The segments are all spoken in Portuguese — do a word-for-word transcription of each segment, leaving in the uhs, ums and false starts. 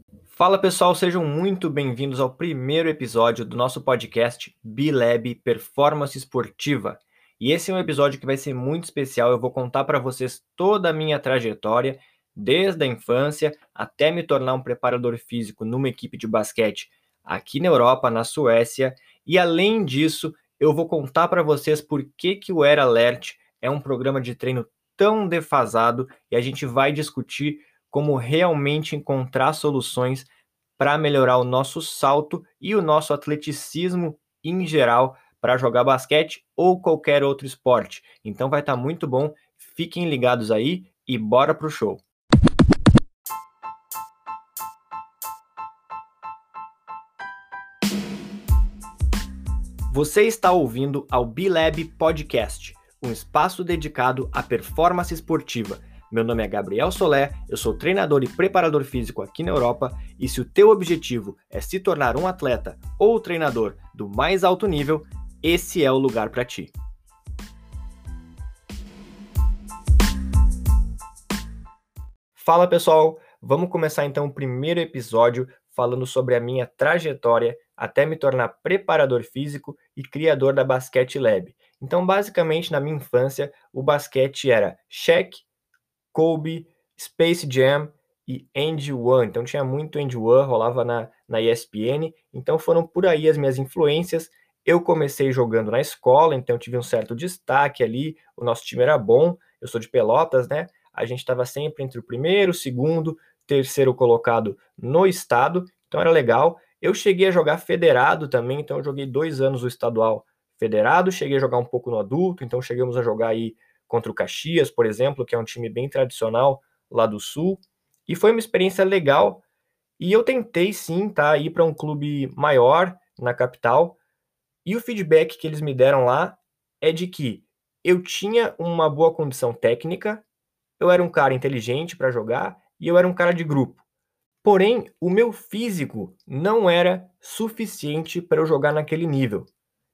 Fala pessoal, sejam muito bem-vindos ao primeiro episódio do nosso podcast B-Lab Performance Esportiva. E esse é um episódio que vai ser muito especial. Eu vou contar para vocês toda a minha trajetória, desde a infância até me tornar um preparador físico numa equipe de basquete aqui na Europa, na Suécia. E além disso, eu vou contar para vocês por que, que o Era Alert é um programa de treino tão defasado e a gente vai discutir como realmente encontrar soluções para melhorar o nosso salto e o nosso atleticismo em geral para jogar basquete ou qualquer outro esporte. Então vai estar muito bom, fiquem ligados aí e bora pro show. Você está ouvindo ao B-Lab Podcast, um espaço dedicado à performance esportiva. Meu nome é Gabriel Solé, eu sou treinador e preparador físico aqui na Europa, e se o teu objetivo é se tornar um atleta ou treinador do mais alto nível, esse é o lugar para ti. Fala pessoal, vamos começar então o primeiro episódio falando sobre a minha trajetória até me tornar preparador físico e criador da Basquete Lab. Então basicamente na minha infância o basquete era Shaq, Kobe, Space Jam e End One. Então tinha muito End One, rolava na, na E S P N. Então foram por aí as minhas influências. Eu comecei jogando na escola, então tive um certo destaque ali. O nosso time era bom. Eu sou de Pelotas, né? A gente estava sempre entre o primeiro, segundo, terceiro colocado no estado. Então era legal. Eu cheguei a jogar federado também, então eu joguei dois anos o estadual federado. Cheguei a jogar um pouco no adulto, então chegamos a jogar aí contra o Caxias, por exemplo, que é um time bem tradicional lá do Sul. E foi uma experiência legal. E eu tentei sim, tá, ir para um clube maior na capital. E o feedback que eles me deram lá é de que eu tinha uma boa condição técnica, eu era um cara inteligente para jogar e eu era um cara de grupo. Porém, o meu físico não era suficiente para eu jogar naquele nível.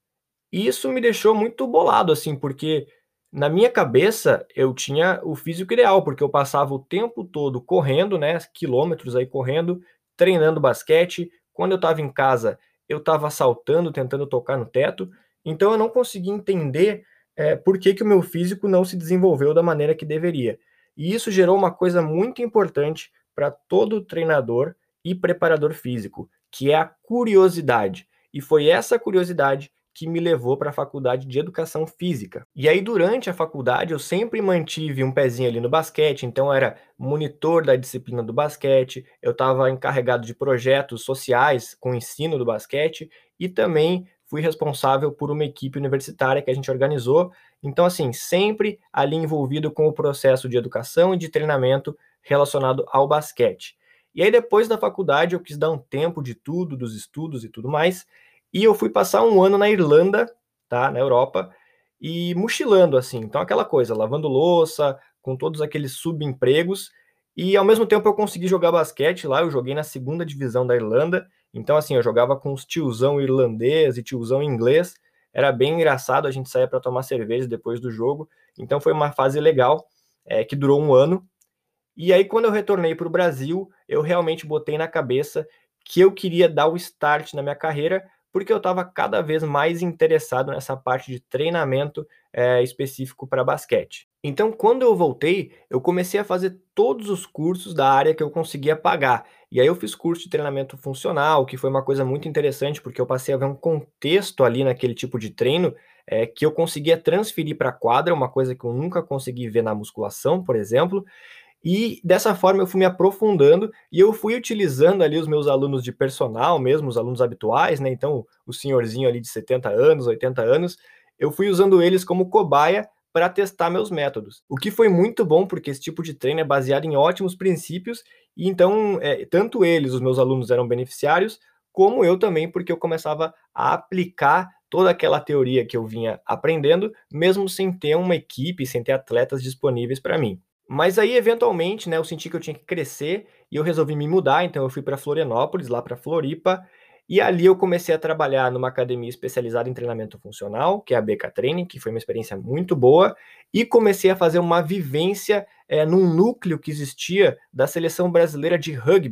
E isso me deixou muito bolado, assim, porque na minha cabeça eu tinha o físico ideal, porque eu passava o tempo todo correndo, né, quilômetros aí correndo, treinando basquete. Quando eu estava em casa, eu estava saltando, tentando tocar no teto. Então eu não conseguia entender é, por que, que o meu físico não se desenvolveu da maneira que deveria. E isso gerou uma coisa muito importante para todo treinador e preparador físico, que é a curiosidade. E foi essa curiosidade que me levou para a faculdade de educação física. E aí, durante a faculdade, eu sempre mantive um pezinho ali no basquete, então eu era monitor da disciplina do basquete, eu estava encarregado de projetos sociais com o ensino do basquete e também fui responsável por uma equipe universitária que a gente organizou. Então, assim, sempre ali envolvido com o processo de educação e de treinamento relacionado ao basquete. E aí, depois da faculdade, eu quis dar um tempo de tudo, dos estudos e tudo mais, e eu fui passar um ano na Irlanda, tá, na Europa, e mochilando, assim. Então, aquela coisa, lavando louça, com todos aqueles subempregos, e ao mesmo tempo eu consegui jogar basquete lá. Eu joguei na segunda divisão da Irlanda. Então, assim, eu jogava com os tiozão irlandês e tiozão inglês. Era bem engraçado, a gente saía para tomar cerveja depois do jogo. Então, foi uma fase legal, é, que durou um ano. E aí, quando eu retornei para o Brasil, eu realmente botei na cabeça que eu queria dar o start na minha carreira, porque eu estava cada vez mais interessado nessa parte de treinamento é, específico para basquete. Então, quando eu voltei, eu comecei a fazer todos os cursos da área que eu conseguia pagar. E aí eu fiz curso de treinamento funcional, que foi uma coisa muito interessante, porque eu passei a ver um contexto ali naquele tipo de treino é, que eu conseguia transferir para a quadra, uma coisa que eu nunca consegui ver na musculação, por exemplo. E dessa forma eu fui me aprofundando e eu fui utilizando ali os meus alunos de personal mesmo, os alunos habituais, né, então o senhorzinho ali de setenta anos, oitenta anos, eu fui usando eles como cobaia para testar meus métodos. O que foi muito bom, porque esse tipo de treino é baseado em ótimos princípios, e então é, tanto eles, os meus alunos, eram beneficiários, como eu também, porque eu começava a aplicar toda aquela teoria que eu vinha aprendendo, mesmo sem ter uma equipe, sem ter atletas disponíveis para mim. Mas aí, eventualmente, né, eu senti que eu tinha que crescer e eu resolvi me mudar, então eu fui para Florianópolis, lá para Floripa, e ali eu comecei a trabalhar numa academia especializada em treinamento funcional, que é a B K Training, que foi uma experiência muito boa, e comecei a fazer uma vivência é, num núcleo que existia da seleção brasileira de rugby.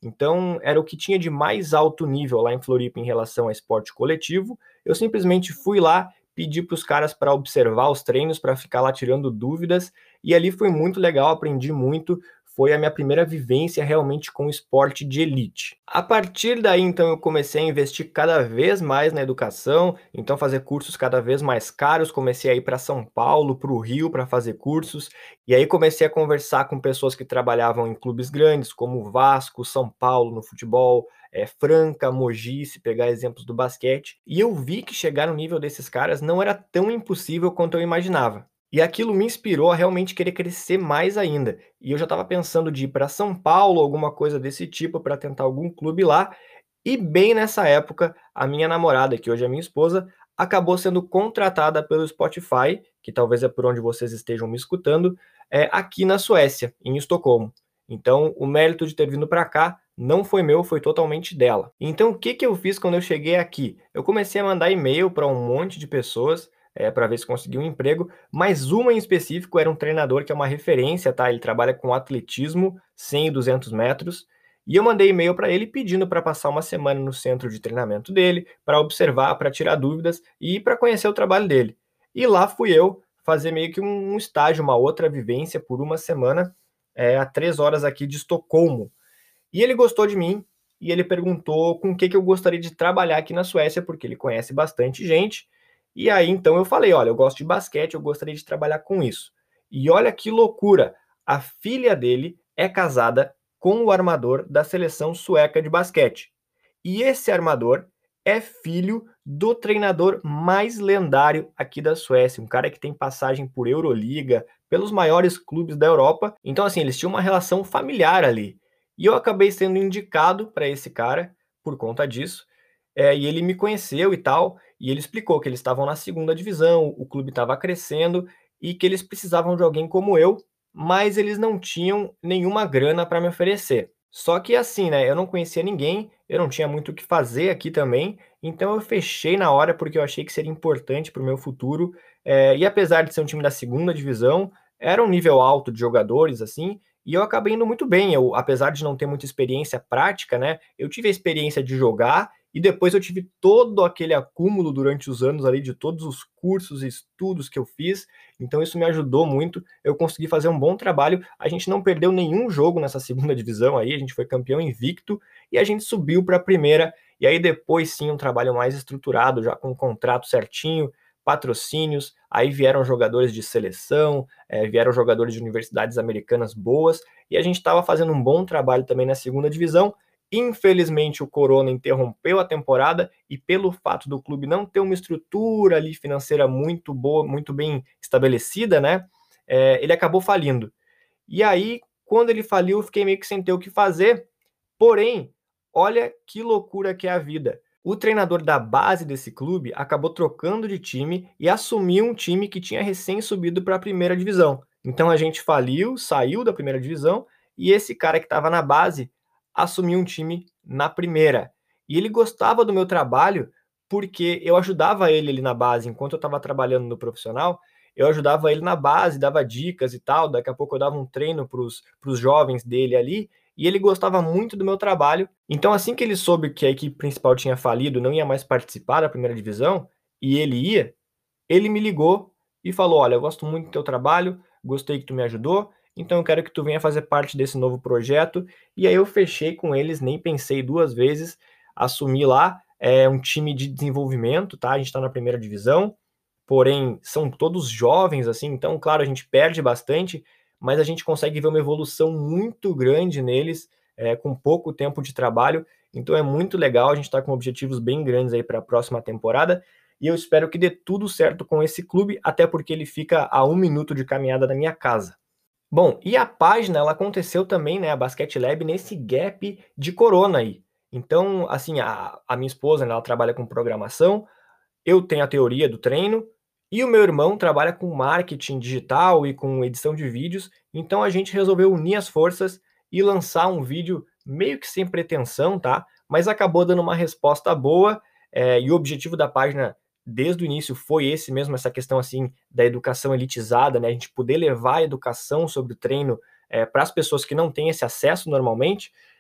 Então, era o que tinha de mais alto nível lá em Floripa em relação a esporte coletivo. Eu simplesmente fui lá, pedi para os caras para observar os treinos, para ficar lá tirando dúvidas, e ali foi muito legal, aprendi muito. Foi a minha primeira vivência realmente com esporte de elite. A partir daí, então, eu comecei a investir cada vez mais na educação, então fazer cursos cada vez mais caros, comecei a ir para São Paulo, para o Rio para fazer cursos, e aí comecei a conversar com pessoas que trabalhavam em clubes grandes, como o Vasco, São Paulo no futebol, é, Franca, Mogi, se pegar exemplos do basquete, e eu vi que chegar no nível desses caras não era tão impossível quanto eu imaginava. E aquilo me inspirou a realmente querer crescer mais ainda. E eu já estava pensando de ir para São Paulo, alguma coisa desse tipo, para tentar algum clube lá. E bem nessa época, a minha namorada, que hoje é minha esposa, acabou sendo contratada pelo Spotify, que talvez é por onde vocês estejam me escutando, é, aqui na Suécia, em Estocolmo. Então, o mérito de ter vindo para cá não foi meu, foi totalmente dela. Então, o que, que eu fiz quando eu cheguei aqui? Eu comecei a mandar e-mail para um monte de pessoas, é, para ver se conseguia um emprego, mas uma em específico era um treinador que é uma referência, tá? Ele trabalha com atletismo, cem e duzentos metros, e eu mandei e-mail para ele pedindo para passar uma semana no centro de treinamento dele, para observar, para tirar dúvidas e para conhecer o trabalho dele. E lá fui eu fazer meio que um estágio, uma outra vivência por uma semana, é, a três horas aqui de Estocolmo. E ele gostou de mim e ele perguntou com o que, que eu gostaria de trabalhar aqui na Suécia, porque ele conhece bastante gente. E aí então eu falei, olha, eu gosto de basquete, eu gostaria de trabalhar com isso. E olha que loucura, a filha dele é casada com o armador da seleção sueca de basquete. E esse armador é filho do treinador mais lendário aqui da Suécia, um cara que tem passagem por Euroliga, pelos maiores clubes da Europa. Então assim, eles tinham uma relação familiar ali. E eu acabei sendo indicado para esse cara por conta disso. É, e ele me conheceu e tal, e ele explicou que eles estavam na segunda divisão, o clube estava crescendo e que eles precisavam de alguém como eu, mas eles não tinham nenhuma grana para me oferecer. Só que assim, né, eu não conhecia ninguém, eu não tinha muito o que fazer aqui também, então eu fechei na hora porque eu achei que seria importante para o meu futuro. É, e apesar de ser um time da segunda divisão, era um nível alto de jogadores, assim, e eu acabei indo muito bem. Eu, apesar de não ter muita experiência prática, né, eu tive a experiência de jogar e depois eu tive todo aquele acúmulo durante os anos ali de todos os cursos e estudos que eu fiz, então isso me ajudou muito, eu consegui fazer um bom trabalho, a gente não perdeu nenhum jogo nessa segunda divisão aí, a gente foi campeão invicto e a gente subiu para a primeira, e aí depois sim um trabalho mais estruturado, já com um contrato certinho, patrocínios, aí vieram jogadores de seleção, é, vieram jogadores de universidades americanas boas, e a gente estava fazendo um bom trabalho também na segunda divisão. Infelizmente o Corona interrompeu a temporada e pelo fato do clube não ter uma estrutura ali financeira muito boa, muito bem estabelecida, né, é, ele acabou falindo. E aí, quando ele faliu, eu fiquei meio que sem ter o que fazer, porém, olha que loucura que é a vida. O treinador da base desse clube acabou trocando de time e assumiu um time que tinha recém subido para a primeira divisão. Então a gente faliu, saiu da primeira divisão e esse cara que estava na base assumiu um time na primeira. E ele gostava do meu trabalho porque eu ajudava ele ali na base enquanto eu estava trabalhando no profissional. Eu ajudava ele na base, dava dicas e tal. Daqui a pouco eu dava um treino para os jovens dele ali e ele gostava muito do meu trabalho. Então, assim que ele soube que a equipe principal tinha falido, não ia mais participar da primeira divisão, e ele ia, ele me ligou e falou: olha, eu gosto muito do teu trabalho, gostei que tu me ajudou, então eu quero que tu venha fazer parte desse novo projeto. E aí eu fechei com eles, nem pensei duas vezes, assumi lá, é um time de desenvolvimento, tá? A gente tá na primeira divisão, porém são todos jovens, assim, então, claro, a gente perde bastante, mas a gente consegue ver uma evolução muito grande neles, é, com pouco tempo de trabalho, então é muito legal, a gente está com objetivos bem grandes aí para a próxima temporada, e eu espero que dê tudo certo com esse clube, até porque ele fica a um minuto de caminhada da minha casa. Bom, e a página, ela aconteceu também, né, a Basquete Lab, nesse gap de corona aí. Então, assim, a, a minha esposa, né, ela trabalha com programação, eu tenho a teoria do treino, e o meu irmão trabalha com marketing digital e com edição de vídeos, então a gente resolveu unir as forças e lançar um vídeo meio que sem pretensão, tá? Mas acabou dando uma resposta boa, é, e o objetivo da página desde o início foi esse mesmo, essa questão assim da educação elitizada, né? A gente poder levar a educação sobre o treino é, para as pessoas que não têm esse acesso normalmente.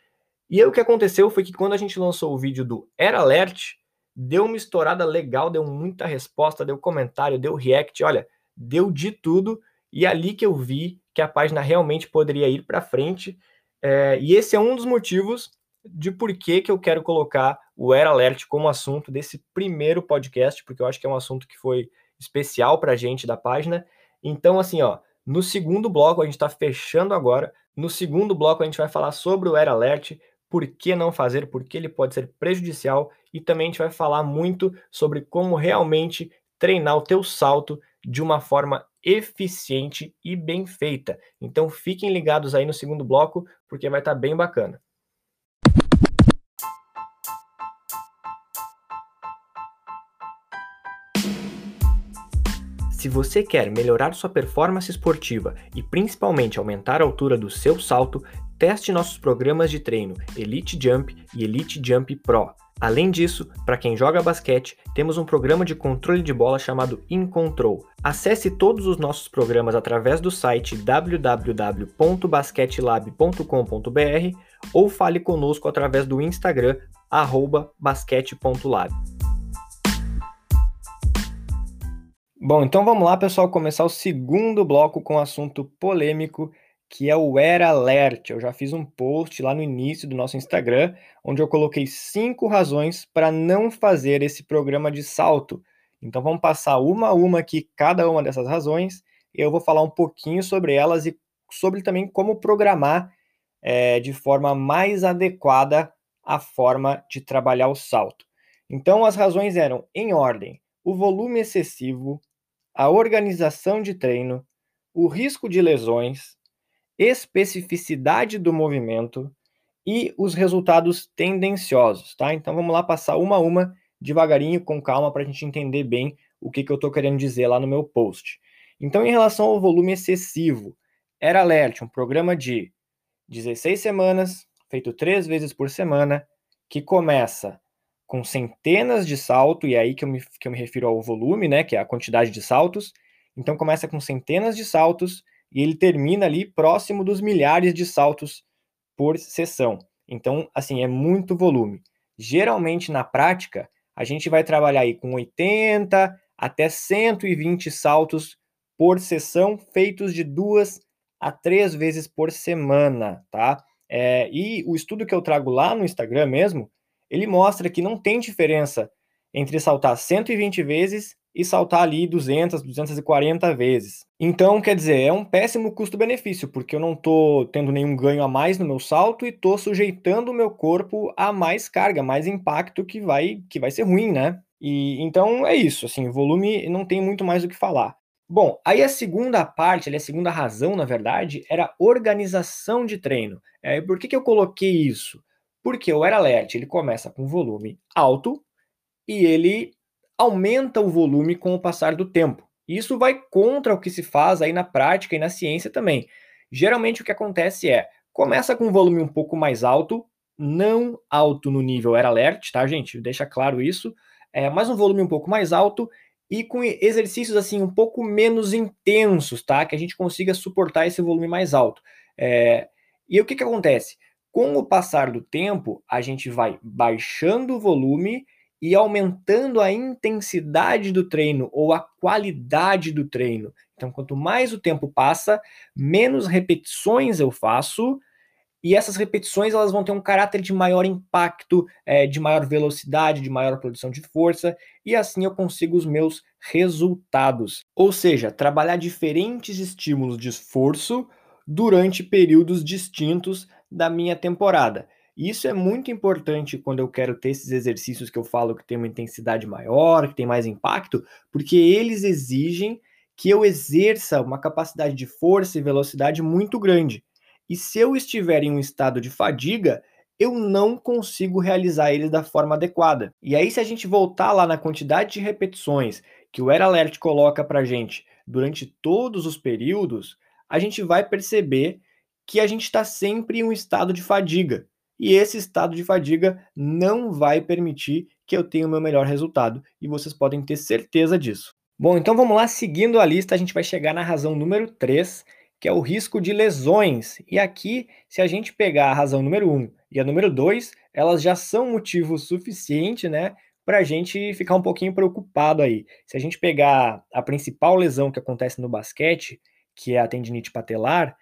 E aí o que aconteceu foi que quando a gente lançou o vídeo do Era Alert, deu uma estourada legal, deu muita resposta, deu comentário, deu react, olha, deu de tudo, e ali que eu vi que a página realmente poderia ir para frente, é, e esse é um dos motivos de por que que eu quero colocar o Era Alert como assunto desse primeiro podcast, porque eu acho que é um assunto que foi especial para a gente da página. Então, assim, ó, no segundo bloco, a gente está fechando agora, no segundo bloco a gente vai falar sobre o Era Alert, por que não fazer, por que ele pode ser prejudicial, e também a gente vai falar muito sobre como realmente treinar o teu salto de uma forma eficiente e bem feita. Então fiquem ligados aí no segundo bloco, porque vai estar bem bacana. Se você quer melhorar sua performance esportiva e principalmente aumentar a altura do seu salto, teste nossos programas de treino Elite Jump e Elite Jump Pro. Além disso, para quem joga basquete, temos um programa de controle de bola chamado InControl. Acesse todos os nossos programas através do site w w w ponto basquetelab ponto com ponto b r ou fale conosco através do Instagram arroba basquete ponto lab. Bom, então vamos lá, pessoal, começar o segundo bloco com um assunto polêmico, que é o Era Alert. Eu já fiz um post lá no início do nosso Instagram, onde eu coloquei cinco razões para não fazer esse programa de salto. Então vamos passar uma a uma aqui, cada uma dessas razões, e eu vou falar um pouquinho sobre elas e sobre também como programar é, de forma mais adequada a forma de trabalhar o salto. Então as razões eram, em ordem, o volume excessivo, a organização de treino, o risco de lesões, especificidade do movimento e os resultados tendenciosos, tá? Então vamos lá passar uma a uma, devagarinho, com calma, para a gente entender bem o que, que eu estou querendo dizer lá no meu post. Então, em relação ao volume excessivo, Era Alert, um programa de dezesseis semanas, feito três vezes por semana, que começa com centenas de saltos, e é aí que eu, me, que eu me refiro ao volume, né, que é a quantidade de saltos. Então começa com centenas de saltos e ele termina ali próximo dos milhares de saltos por sessão. Então, assim, é muito volume. Geralmente, na prática, a gente vai trabalhar aí com oitenta até cento e vinte saltos por sessão, feitos de duas a três vezes por semana, tá? É, e o estudo que eu trago lá no Instagram mesmo, ele mostra que não tem diferença entre saltar cento e vinte vezes e saltar ali duzentas, duzentas e quarenta vezes. Então, quer dizer, é um péssimo custo-benefício, porque eu não estou tendo nenhum ganho a mais no meu salto e estou sujeitando o meu corpo a mais carga, mais impacto que vai, que vai ser ruim, né? E então é isso, assim, o volume não tem muito mais o que falar. Bom, aí a segunda parte, a segunda razão, na verdade, era a organização de treino. É, por que, que eu coloquei isso? Porque o Era Alert, ele começa com volume alto e ele aumenta o volume com o passar do tempo. Isso vai contra o que se faz aí na prática e na ciência também. Geralmente o que acontece é, começa com um volume um pouco mais alto, não alto no nível Era Alert, tá, gente? Deixa claro isso. É, mas um volume um pouco mais alto e com exercícios assim um pouco menos intensos, tá? Que a gente consiga suportar esse volume mais alto. É, e o que, que acontece? Com o passar do tempo, a gente vai baixando o volume e aumentando a intensidade do treino ou a qualidade do treino. Então, quanto mais o tempo passa, menos repetições eu faço, e essas repetições elas vão ter um caráter de maior impacto, é, de maior velocidade, de maior produção de força, e assim eu consigo os meus resultados. Ou seja, trabalhar diferentes estímulos de esforço durante períodos distintos da minha temporada. Isso é muito importante quando eu quero ter esses exercícios que eu falo que tem uma intensidade maior, que tem mais impacto, porque eles exigem que eu exerça uma capacidade de força e velocidade muito grande. E se eu estiver em um estado de fadiga, eu não consigo realizar eles da forma adequada. E aí, se a gente voltar lá na quantidade de repetições que o Era Alert coloca para a gente durante todos os períodos, a gente vai perceber que a gente está sempre em um estado de fadiga. E esse estado de fadiga não vai permitir que eu tenha o meu melhor resultado. E vocês podem ter certeza disso. Bom, então vamos lá, seguindo a lista, a gente vai chegar na razão número três, que é o risco de lesões. E aqui, se a gente pegar a razão número um e a número dois, elas já são motivo suficiente, né, para a gente ficar um pouquinho preocupado aí. Se a gente pegar a principal lesão que acontece no basquete, que é a tendinite patelar,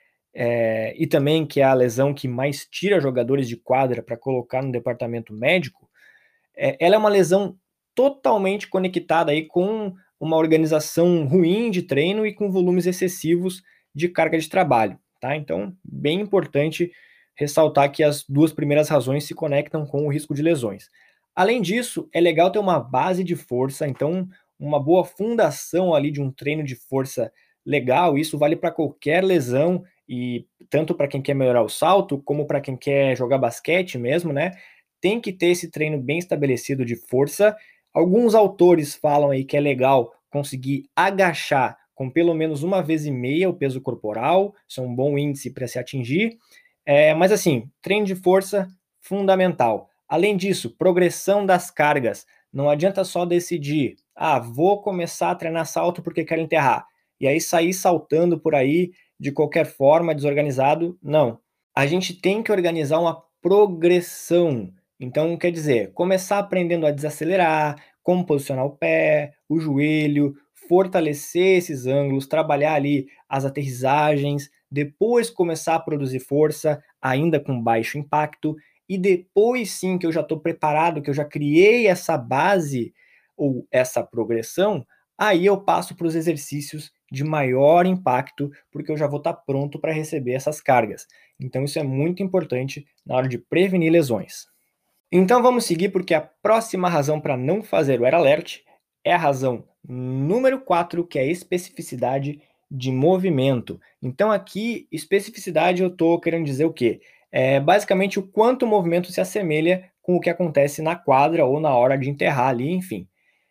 é, e também que é a lesão que mais tira jogadores de quadra para colocar no departamento médico, é, ela é uma lesão totalmente conectada aí com uma organização ruim de treino e com volumes excessivos de carga de trabalho, tá? Então, bem importante ressaltar que as duas primeiras razões se conectam com o risco de lesões. Além disso, é legal ter uma base de força, então uma boa fundação ali de um treino de força legal, isso vale para qualquer lesão e tanto para quem quer melhorar o salto, como para quem quer jogar basquete mesmo, né? Tem que ter esse treino bem estabelecido de força. Alguns autores falam aí que é legal conseguir agachar com pelo menos uma vez e meia o peso corporal, isso é um bom índice para se atingir. É, mas assim, treino de força fundamental. Além disso, progressão das cargas. Não adianta só decidir, ah, vou começar a treinar salto porque quero enterrar. E aí sair saltando por aí de qualquer forma, desorganizado. Não. A gente tem que organizar uma progressão. Então, quer dizer, começar aprendendo a desacelerar, como posicionar o pé, o joelho, fortalecer esses ângulos, trabalhar ali as aterrissagens, depois começar a produzir força, ainda com baixo impacto, e depois sim que eu já estou preparado, que eu já criei essa base ou essa progressão, aí eu passo para os exercícios de maior impacto, porque eu já vou estar pronto para receber essas cargas. Então isso é muito importante na hora de prevenir lesões. Então vamos seguir porque a próxima razão para não fazer o Air Alert é a razão número quatro, que é a especificidade de movimento. Então aqui, especificidade eu estou querendo dizer o quê? É basicamente o quanto o movimento se assemelha com o que acontece na quadra ou na hora de enterrar ali, enfim.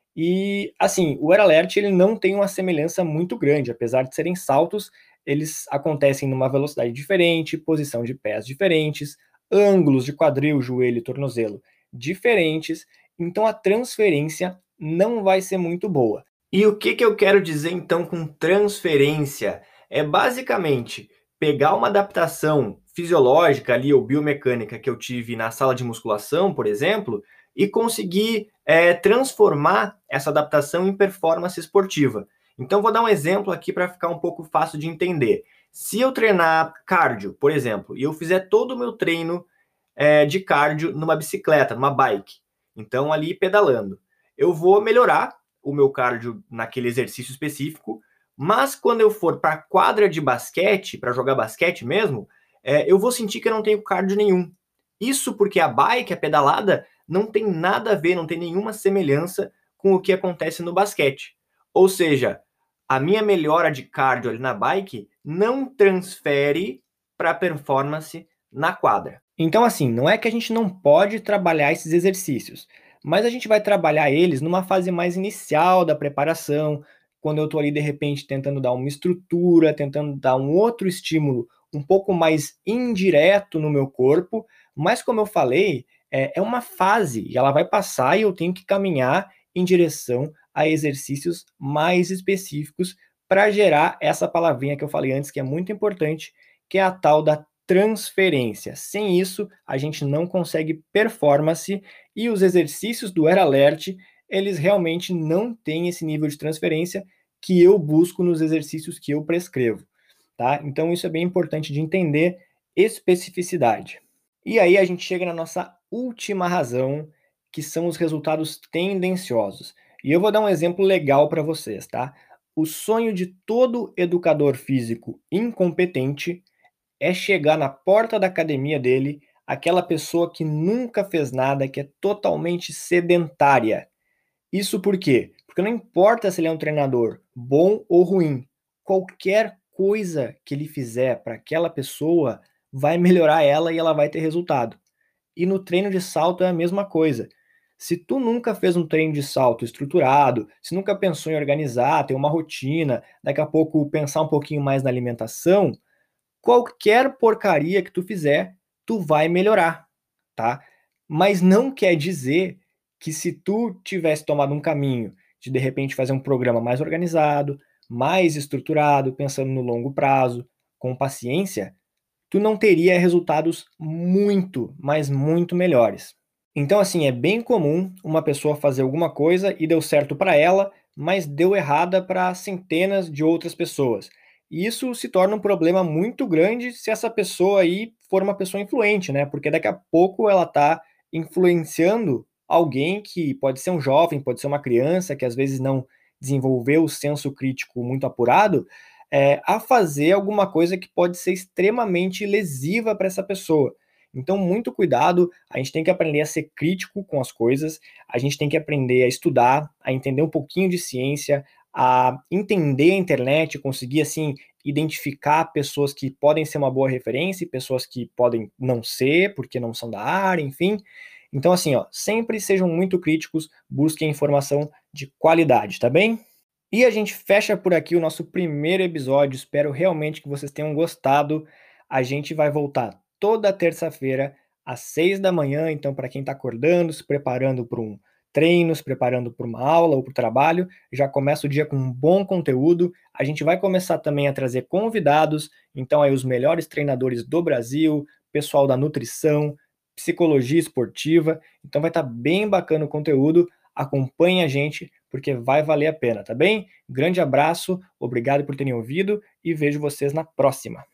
E, assim, o Air Alert ele não tem uma semelhança muito grande, apesar de serem saltos, eles acontecem numa velocidade diferente, posição de pés diferentes, ângulos de quadril, joelho e tornozelo diferentes, então a transferência não vai ser muito boa. E o que, que eu quero dizer então com transferência? É basicamente pegar uma adaptação fisiológica ali ou biomecânica que eu tive na sala de musculação, por exemplo, e conseguir é, transformar essa adaptação em performance esportiva. Então, vou dar um exemplo aqui para ficar um pouco fácil de entender. Se eu treinar cardio, por exemplo, e eu fizer todo o meu treino é, de cardio numa bicicleta, numa bike, então ali pedalando, eu vou melhorar o meu cardio naquele exercício específico, mas quando eu for para a quadra de basquete, para jogar basquete mesmo, é, eu vou sentir que eu não tenho cardio nenhum. Isso porque a bike, a pedalada, não tem nada a ver, não tem nenhuma semelhança com o que acontece no basquete. Ou seja, a minha melhora de cardio ali na bike não transfere para a performance na quadra. Então, assim, não é que a gente não pode trabalhar esses exercícios, mas a gente vai trabalhar eles numa fase mais inicial da preparação, quando eu estou ali de repente tentando dar uma estrutura, tentando dar um outro estímulo um pouco mais indireto no meu corpo, mas como eu falei, é, é uma fase e ela vai passar e eu tenho que caminhar em direção a exercícios mais específicos para gerar essa palavrinha que eu falei antes, que é muito importante, que é a tal da transferência. Sem isso, a gente não consegue performance e os exercícios do Air Alert, eles realmente não têm esse nível de transferência que eu busco nos exercícios que eu prescrevo, tá? Então isso é bem importante de entender especificidade. E aí a gente chega na nossa última razão, que são os resultados tendenciosos. E eu vou dar um exemplo legal para vocês, tá? O sonho de todo educador físico incompetente é chegar na porta da academia dele aquela pessoa que nunca fez nada, que é totalmente sedentária. Isso por quê? Porque não importa se ele é um treinador bom ou ruim, qualquer coisa que ele fizer para aquela pessoa vai melhorar ela e ela vai ter resultado. E no treino de salto é a mesma coisa. Se tu nunca fez um treino de salto estruturado, se nunca pensou em organizar, ter uma rotina, daqui a pouco pensar um pouquinho mais na alimentação, qualquer porcaria que tu fizer, tu vai melhorar, tá? Mas não quer dizer que se tu tivesse tomado um caminho de de repente fazer um programa mais organizado, mais estruturado, pensando no longo prazo, com paciência, tu não teria resultados muito, mas muito melhores. Então, assim, é bem comum uma pessoa fazer alguma coisa e deu certo para ela, mas deu errada para centenas de outras pessoas. E isso se torna um problema muito grande se essa pessoa aí for uma pessoa influente, né? Porque daqui a pouco ela está influenciando alguém que pode ser um jovem, pode ser uma criança que às vezes não desenvolveu o senso crítico muito apurado, é, a fazer alguma coisa que pode ser extremamente lesiva para essa pessoa. Então, muito cuidado, a gente tem que aprender a ser crítico com as coisas, a gente tem que aprender a estudar, a entender um pouquinho de ciência, a entender a internet, conseguir, assim, identificar pessoas que podem ser uma boa referência e pessoas que podem não ser, porque não são da área, enfim. Então, assim, ó, sempre sejam muito críticos, busquem informação de qualidade, tá bem? E a gente fecha por aqui o nosso primeiro episódio. Espero realmente que vocês tenham gostado. A gente vai voltar toda terça-feira às seis da manhã. Então, para quem está acordando, se preparando para um treino, se preparando para uma aula ou para o trabalho, já começa o dia com um bom conteúdo. A gente vai começar também a trazer convidados. Então, aí os melhores treinadores do Brasil, pessoal da nutrição, psicologia esportiva. Então, vai estar bem bacana o conteúdo. Acompanhe a gente, porque vai valer a pena, tá bem? Grande abraço, obrigado por terem ouvido e vejo vocês na próxima.